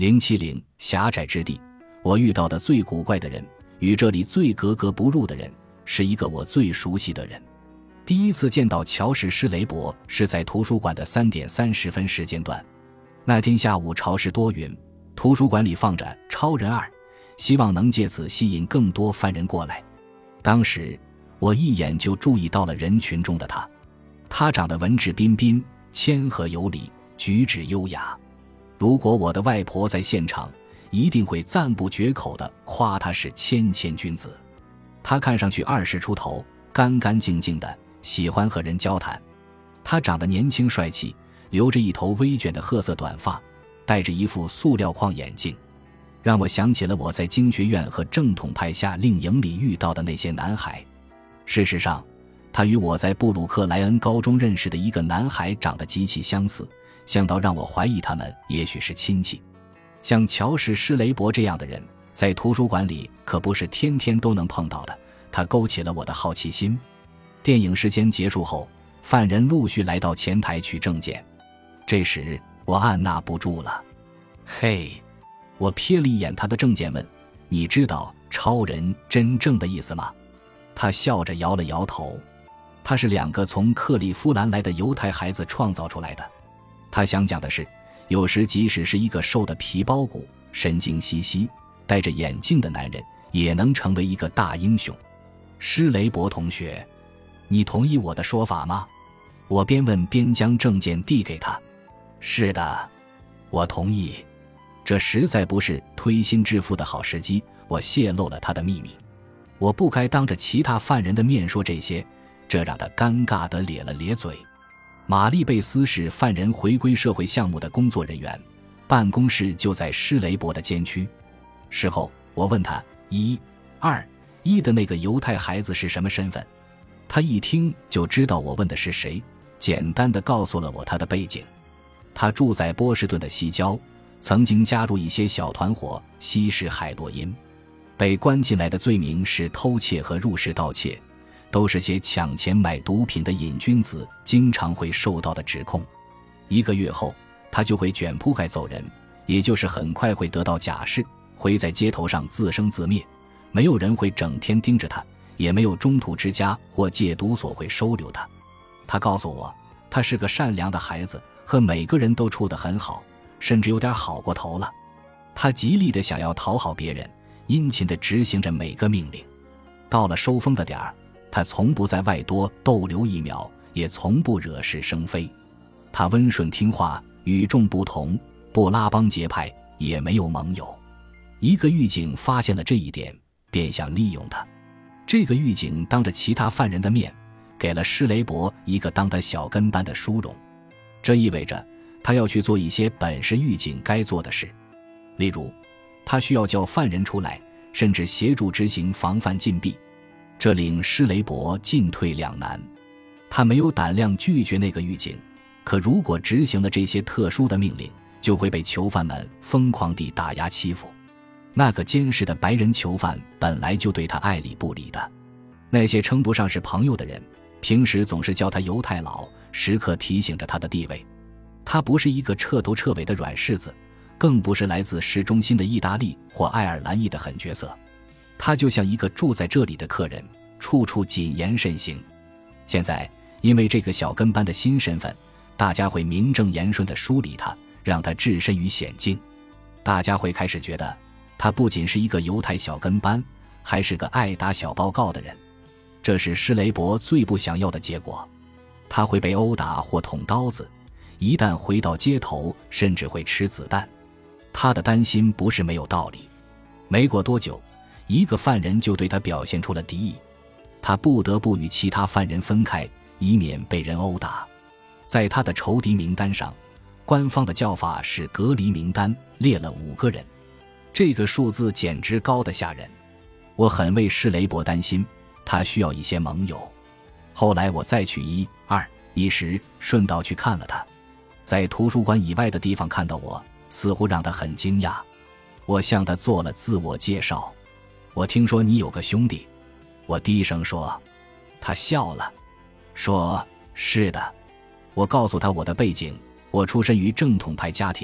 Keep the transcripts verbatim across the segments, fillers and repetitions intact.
零七零狭窄之地，我遇到的最古怪的人，与这里最格格不入的人，是一个我最熟悉的人。第一次见到乔什·施雷伯是在图书馆的三点三十分时间段。那天下午潮湿多云，图书馆里放着《超人二》，希望能借此吸引更多犯人过来。当时我一眼就注意到了人群中的他，他长得文质彬彬，谦和有礼，举止优雅。如果我的外婆在现场，一定会赞不绝口地夸他是谦谦君子。他看上去二十出头，干干净净的，喜欢和人交谈。他长得年轻帅气，留着一头微卷的褐色短发，戴着一副塑料框眼镜，让我想起了我在经学院和正统派夏令营里遇到的那些男孩。事实上，他与我在布鲁克莱恩高中认识的一个男孩长得极其相似，像到让我怀疑他们也许是亲戚。像乔什·施雷伯这样的人，在图书馆里可不是天天都能碰到的，他勾起了我的好奇心。电影时间结束后，犯人陆续来到前台取证件。这时我按捺不住了。嘿，我瞥了一眼他的证件问，你知道超人真正的意思吗？他笑着摇了摇头。他是两个从克利夫兰来的犹太孩子创造出来的。他想讲的是，有时即使是一个瘦的皮包骨，神经兮兮，戴着眼镜的男人，也能成为一个大英雄。施雷伯同学，你同意我的说法吗？我边问边将证件递给他。是的，我同意。这实在不是推心置腹的好时机，我泄露了他的秘密。我不该当着其他犯人的面说这些，这让他尴尬地咧了咧嘴。玛丽贝斯是犯人回归社会项目的工作人员，办公室就在施雷伯的监区。事后我问他，一、二、一的那个犹太孩子是什么身份？他一听就知道我问的是谁，简单地告诉了我他的背景。他住在波士顿的西郊，曾经加入一些小团伙，吸食海洛因。被关进来的罪名是偷窃和入室盗窃，都是些抢钱买毒品的瘾君子经常会受到的指控。一个月后，他就会卷铺盖走人，也就是很快会得到假释，会在街头上自生自灭。没有人会整天盯着他，也没有中途之家或戒毒所会收留他。他告诉我，他是个善良的孩子，和每个人都处得很好，甚至有点好过头了。他极力地想要讨好别人，殷勤地执行着每个命令。到了收风的点儿，他从不在外多逗留一秒，也从不惹是生非。他温顺听话，与众不同，不拉帮结派，也没有盟友。一个狱警发现了这一点，便想利用他。这个狱警当着其他犯人的面，给了施雷伯一个当他小跟班的殊荣。这意味着他要去做一些本是狱警该做的事，例如他需要叫犯人出来，甚至协助执行防范禁闭。这令施雷伯进退两难。他没有胆量拒绝那个狱警，可如果执行了这些特殊的命令，就会被囚犯们疯狂地打压欺负。那个监视的白人囚犯本来就对他爱理不理的，那些称不上是朋友的人，平时总是叫他犹太佬，时刻提醒着他的地位。他不是一个彻头彻尾的软柿子，更不是来自市中心的意大利或爱尔兰裔的狠角色。他就像一个住在这里的客人，处处谨言慎行。现在因为这个小跟班的新身份，大家会名正言顺地梳理他，让他置身于险境。大家会开始觉得他不仅是一个犹太小跟班，还是个爱打小报告的人。这是施雷伯最不想要的结果。他会被殴打或捅刀子，一旦回到街头，甚至会吃子弹。他的担心不是没有道理。没过多久，一个犯人就对他表现出了敌意，他不得不与其他犯人分开，以免被人殴打。在他的仇敌名单上，官方的叫法是隔离名单，列了五个人。这个数字简直高得吓人。我很为施雷伯担心，他需要一些盟友。后来我再去一、二、一时顺道去看了他，在图书馆以外的地方看到我，似乎让他很惊讶。我向他做了自我介绍。我听说你有个兄弟，我低声说。他笑了，说是的。我告诉他我的背景，我出身于正统派家庭，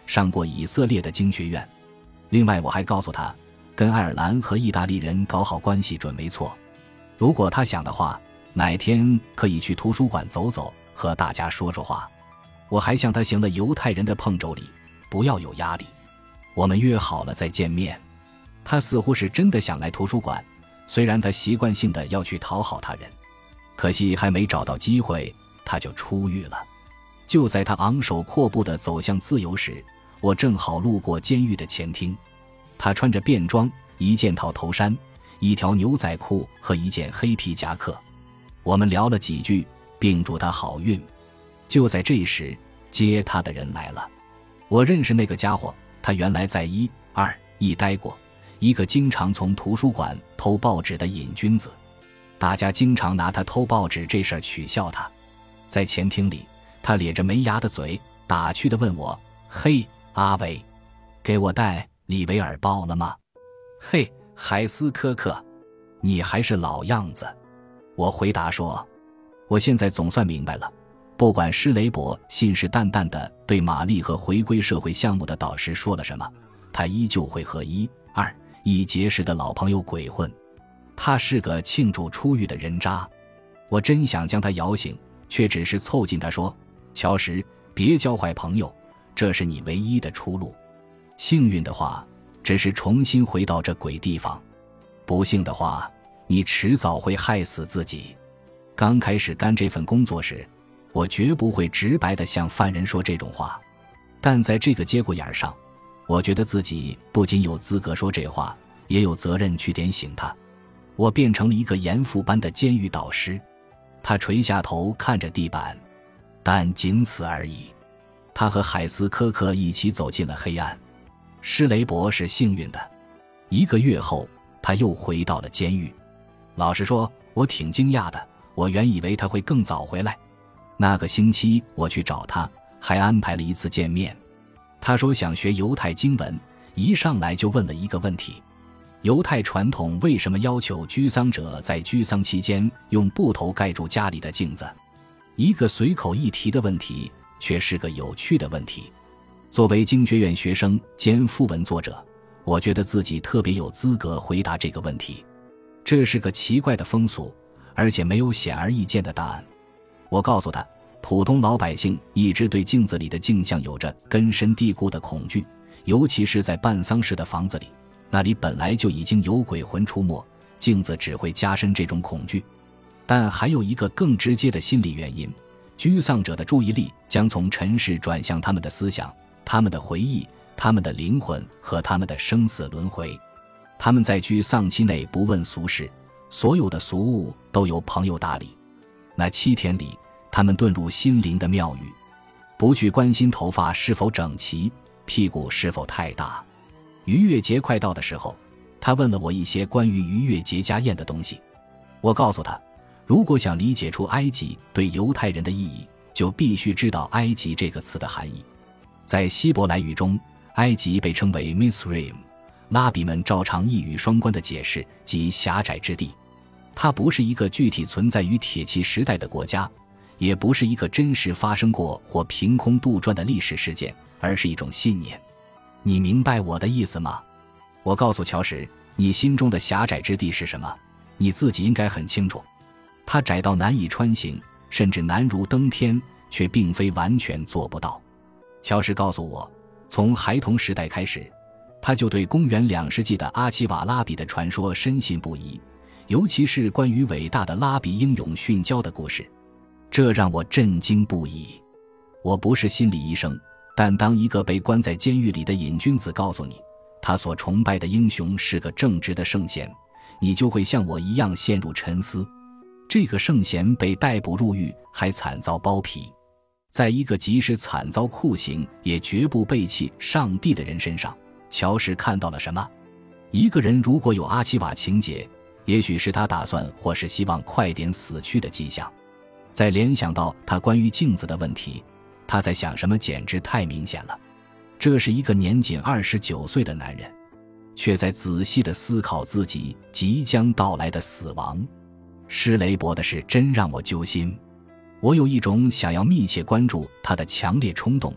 上过以色列的经学院。另外我还告诉他，跟爱尔兰和意大利人搞好关系准没错。如果他想的话，哪天可以去图书馆走走，和大家说说话。我还向他行了犹太人的碰妯礼，不要有压力。我们约好了再见面。他似乎是真的想来图书馆，虽然他习惯性的要去讨好他人，可惜还没找到机会，他就出狱了。就在他昂首阔步地走向自由时，我正好路过监狱的前厅。他穿着便装，一件套头衫，一条牛仔裤和一件黑皮夹克。我们聊了几句，并祝他好运。就在这时，接他的人来了。我认识那个家伙，他原来在一二一待过，一个经常从图书馆偷报纸的瘾君子。大家经常拿他偷报纸这事儿取笑他。在前厅里，他咧着没牙的嘴，打趣地问我：嘿，阿伟，给我带里维尔包了吗？嘿，海斯科克，你还是老样子。我回答说，我现在总算明白了，不管施雷伯信誓旦旦地对玛丽和回归社会项目的导师说了什么，他依旧会和一二一结识的老朋友鬼混。他是个庆祝出狱的人渣。我真想将他摇醒，却只是凑近他说，乔什，别交坏朋友，这是你唯一的出路。幸运的话，只是重新回到这鬼地方；不幸的话，你迟早会害死自己。刚开始干这份工作时，我绝不会直白地向犯人说这种话，但在这个节骨眼上，我觉得自己不仅有资格说这话，也有责任去点醒他。我变成了一个严父般的监狱导师。他垂下头看着地板，但仅此而已。他和海斯科克一起走进了黑暗。施雷伯是幸运的，一个月后他又回到了监狱。老实说，我挺惊讶的，我原以为他会更早回来。那个星期我去找他，还安排了一次见面。他说想学犹太经文，一上来就问了一个问题：犹太传统为什么要求居丧者在居丧期间用布头盖住家里的镜子？一个随口一提的问题，却是个有趣的问题。作为经学院学生兼副文作者，我觉得自己特别有资格回答这个问题。这是个奇怪的风俗，而且没有显而易见的答案。我告诉他，普通老百姓一直对镜子里的镜像有着根深蒂固的恐惧，尤其是在办丧事的房子里，那里本来就已经有鬼魂出没，镜子只会加深这种恐惧。但还有一个更直接的心理原因，居丧者的注意力将从尘世转向他们的思想、他们的回忆、他们的灵魂和他们的生死轮回。他们在居丧期内不问俗事，所有的俗物都由朋友打理。那七天里，他们遁入心灵的庙宇，不去关心头发是否整齐，屁股是否太大。逾越节快到的时候，他问了我一些关于逾越节家宴的东西。我告诉他，如果想理解出埃及对犹太人的意义，就必须知道埃及这个词的含义。在希伯来语中，埃及被称为 Misraim， 拉比们照常一语双关的解释，即狭窄之地。它不是一个具体存在于铁器时代的国家，也不是一个真实发生过或凭空杜撰的历史事件，而是一种信念。你明白我的意思吗？我告诉乔什，你心中的狭窄之地是什么？你自己应该很清楚。它窄到难以穿行，甚至难如登天，却并非完全做不到。乔什告诉我，从孩童时代开始，他就对公元两世纪的阿奇瓦拉比的传说深信不疑，尤其是关于伟大的拉比英勇殉教的故事。这让我震惊不已。我不是心理医生，但当一个被关在监狱里的瘾君子告诉你，他所崇拜的英雄是个正直的圣贤，你就会像我一样陷入沉思。这个圣贤被逮捕入狱，还惨遭剥皮。在一个即使惨遭酷刑也绝不背弃上帝的人身上，乔什看到了什么？一个人如果有阿奇瓦情节，也许是他打算或是希望快点死去的迹象。再联想到他关于镜子的问题，他在想什么简直太明显了。这是一个年仅二十九岁的男人，却在仔细地思考自己即将到来的死亡。施雷伯的事真让我揪心，我有一种想要密切关注他的强烈冲动，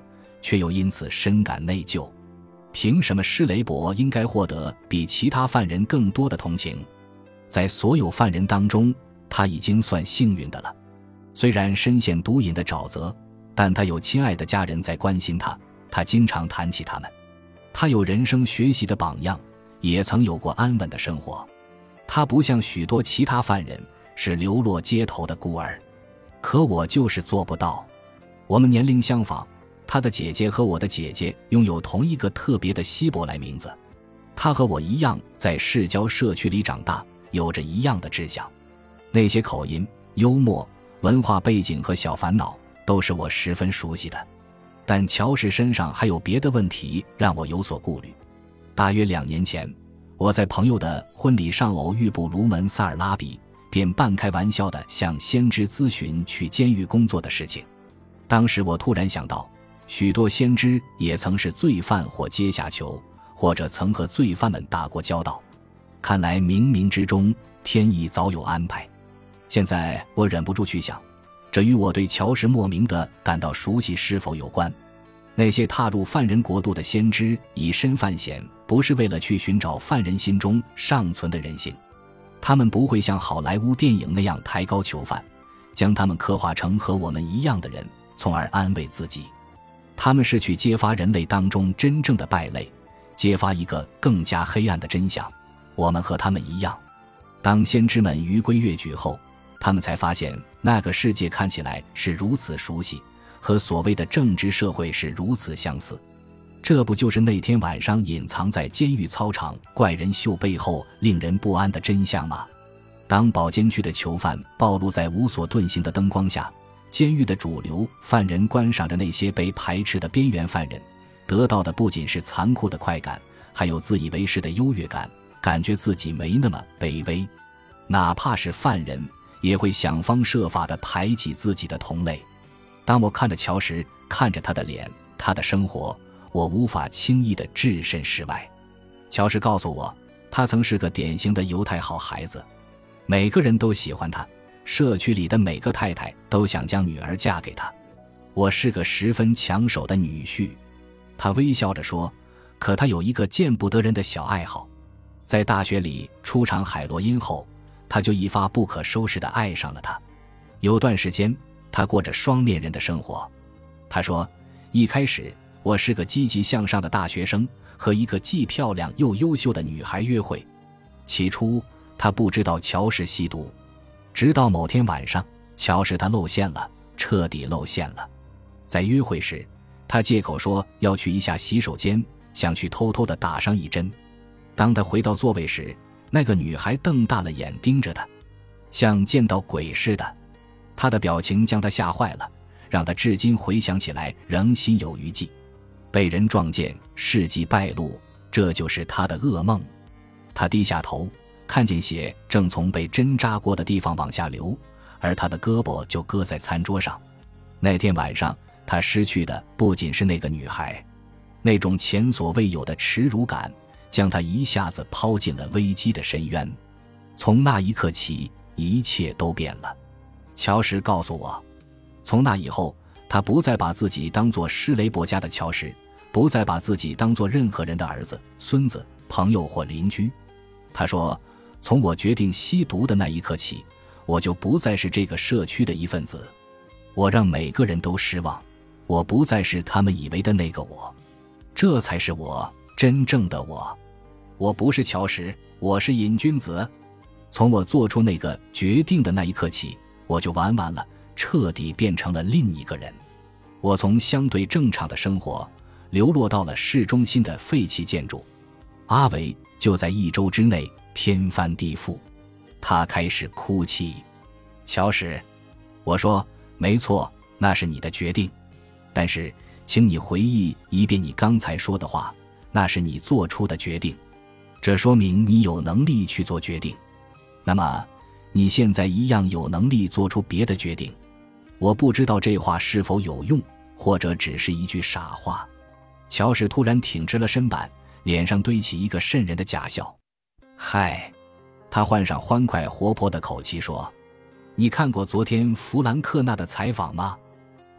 却又因此深感内疚。凭什么施雷伯应该获得比其他犯人更多的同情？在所有犯人当中，他已经算幸运的了。虽然深陷毒瘾的沼泽，但他有亲爱的家人在关心他，他经常谈起他们。他有人生学习的榜样，也曾有过安稳的生活。他不像许多其他犯人，是流落街头的孤儿。可我就是做不到。我们年龄相仿，他的姐姐和我的姐姐拥有同一个特别的希伯来名字。他和我一样在市郊社区里长大，有着一样的志向。那些口音、幽默、文化背景和小烦恼都是我十分熟悉的。但乔什身上还有别的问题让我有所顾虑。大约两年前，我在朋友的婚礼上偶遇布卢门萨尔拉比，便半开玩笑地向先知咨询去监狱工作的事情。当时我突然想到，许多先知也曾是罪犯或阶下囚，或者曾和罪犯们打过交道。看来冥冥之中，天意早有安排。现在我忍不住去想，这与我对乔什莫名地感到熟悉是否有关？那些踏入犯人国度的先知以身犯险，不是为了去寻找犯人心中尚存的人性。他们不会像好莱坞电影那样抬高囚犯，将他们刻画成和我们一样的人，从而安慰自己。他们是去揭发人类当中真正的败类，揭发一个更加黑暗的真相：我们和他们一样。当先知们余归越举后，他们才发现那个世界看起来是如此熟悉，和所谓的正直社会是如此相似。这不就是那天晚上隐藏在监狱操场怪人秀背后令人不安的真相吗？当保监区的囚犯暴露在无所遁形的灯光下，监狱的主流犯人观赏着那些被排斥的边缘犯人，得到的不仅是残酷的快感，还有自以为是的优越感，感觉自己没那么卑微。哪怕是犯人，也会想方设法地排挤自己的同类。当我看着乔什，看着他的脸，他的生活，我无法轻易地置身事外。乔什告诉我，他曾是个典型的犹太好孩子，每个人都喜欢他，社区里的每个太太都想将女儿嫁给他。我是个十分抢手的女婿。他微笑着说，可他有一个见不得人的小爱好。在大学里出场海洛因后，他就一发不可收拾地爱上了她。有段时间，他过着双面人的生活。他说，一开始我是个积极向上的大学生，和一个既漂亮又优秀的女孩约会。起初他不知道乔什吸毒，直到某天晚上，乔什他露馅了，彻底露馅了。在约会时，他借口说要去一下洗手间，想去偷偷地打上一针。当他回到座位时，那个女孩瞪大了眼盯着他，像见到鬼似的。他的表情将他吓坏了，让他至今回想起来仍心有余悸。被人撞见，事迹败露，这就是他的噩梦。他低下头，看见血正从被针扎过的地方往下流，而他的胳膊就搁在餐桌上。那天晚上，他失去的不仅是那个女孩，那种前所未有的耻辱感将他一下子抛进了危机的深渊。从那一刻起，一切都变了。乔什告诉我，从那以后，他不再把自己当作施雷伯家的乔什，不再把自己当作任何人的儿子、孙子、朋友或邻居。他说，从我决定吸毒的那一刻起，我就不再是这个社区的一份子。我让每个人都失望，我不再是他们以为的那个我，这才是我真正的我。我不是乔什，我是瘾君子。从我做出那个决定的那一刻起，我就完完了，彻底变成了另一个人。我从相对正常的生活流落到了市中心的废弃建筑。阿维就在一周之内天翻地覆。他开始哭泣。乔什，我说，没错，那是你的决定，但是请你回忆一遍你刚才说的话，那是你做出的决定，这说明你有能力去做决定。那么你现在一样有能力做出别的决定。我不知道这话是否有用，或者只是一句傻话。乔什突然挺直了身板，脸上堆起一个瘆人的假笑。嗨，他换上欢快活泼的口气说，你看过昨天弗兰克纳的采访吗？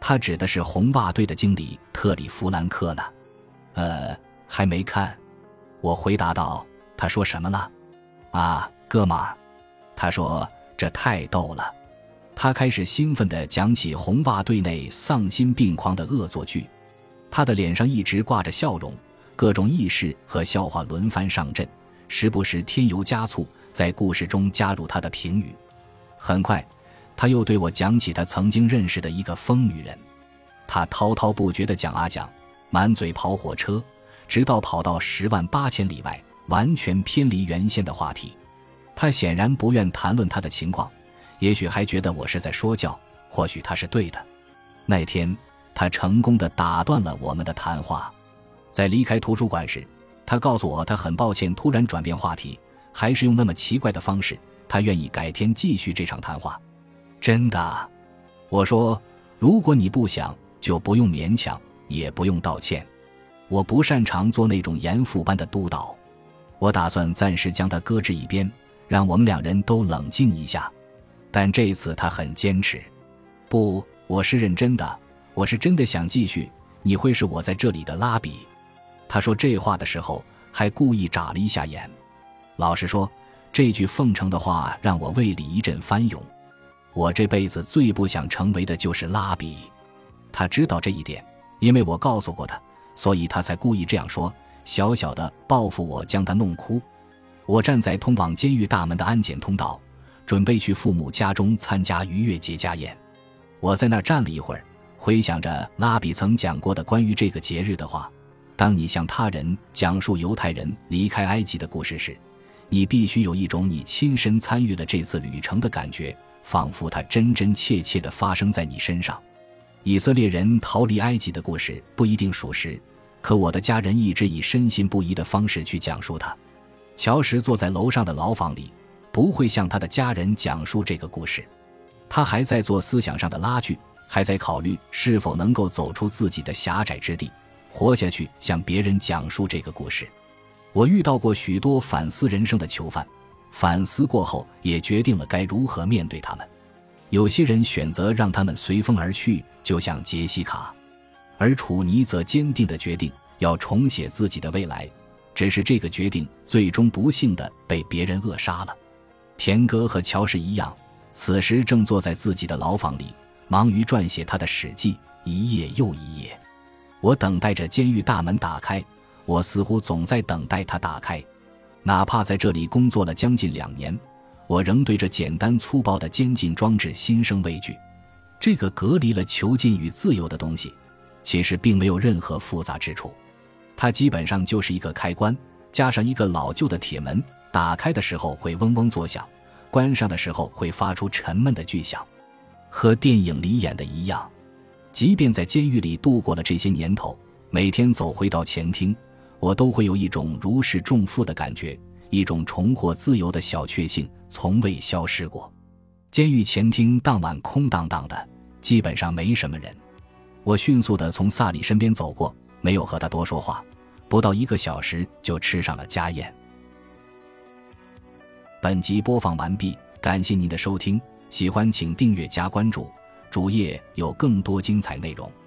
他指的是红袜队的经理特里弗兰克呢。呃，还没看。我回答道。他说什么了？啊，哥们儿。他说这太逗了。他开始兴奋地讲起红袜队内丧心病狂的恶作剧，他的脸上一直挂着笑容，各种轶事和笑话轮番上阵，时不时添油加醋，在故事中加入他的评语。很快他又对我讲起他曾经认识的一个疯女人，他滔滔不绝地讲啊讲，满嘴跑火车，直到跑到十万八千里外，完全偏离原先的话题。他显然不愿谈论他的情况，也许还觉得我是在说教，或许他是对的。那天他成功地打断了我们的谈话。在离开图书馆时，他告诉我他很抱歉突然转变话题，还是用那么奇怪的方式，他愿意改天继续这场谈话。真的？我说，如果你不想，就不用勉强，也不用道歉。我不擅长做那种严父般的督导。我打算暂时将他搁置一边，让我们两人都冷静一下。但这次他很坚持。不，我是认真的，我是真的想继续，你会是我在这里的拉比。他说这话的时候还故意眨了一下眼。老实说，这句奉承的话让我胃里一阵翻涌。我这辈子最不想成为的就是拉比。他知道这一点，因为我告诉过他，所以他才故意这样说，小小的报复我，将他弄哭。我站在通往监狱大门的安检通道，准备去父母家中参加逾越节家宴。我在那儿站了一会儿，回想着拉比曾讲过的关于这个节日的话。当你向他人讲述犹太人离开埃及的故事时，你必须有一种你亲身参与了这次旅程的感觉，仿佛它真真切切地发生在你身上。以色列人逃离埃及的故事不一定属实，可我的家人一直以深信不疑的方式去讲述它。乔什坐在楼上的牢房里，不会向他的家人讲述这个故事。他还在做思想上的拉锯，还在考虑是否能够走出自己的狭窄之地，活下去，向别人讲述这个故事。我遇到过许多反思人生的囚犯，反思过后也决定了该如何面对他们。有些人选择让他们随风而去，就像杰西卡，而楚尼则坚定地决定要重写自己的未来，只是这个决定最终不幸地被别人扼杀了。田哥和乔什一样，此时正坐在自己的牢房里，忙于撰写他的史记，一页又一页。我等待着监狱大门打开，我似乎总在等待它打开。哪怕在这里工作了将近两年，我仍对这简单粗暴的监禁装置心生畏惧。这个隔离了囚禁与自由的东西，其实并没有任何复杂之处。它基本上就是一个开关，加上一个老旧的铁门，打开的时候会嗡嗡作响，关上的时候会发出沉闷的巨响。和电影里演的一样，即便在监狱里度过了这些年头，每天走回到前厅，我都会有一种如释重负的感觉，一种重获自由的小确幸从未消失过。监狱前厅当晚空荡荡的，基本上没什么人。我迅速地从萨里身边走过，没有和他多说话，不到一个小时就吃上了家宴。本集播放完毕，感谢您的收听，喜欢请订阅加关注，主页有更多精彩内容。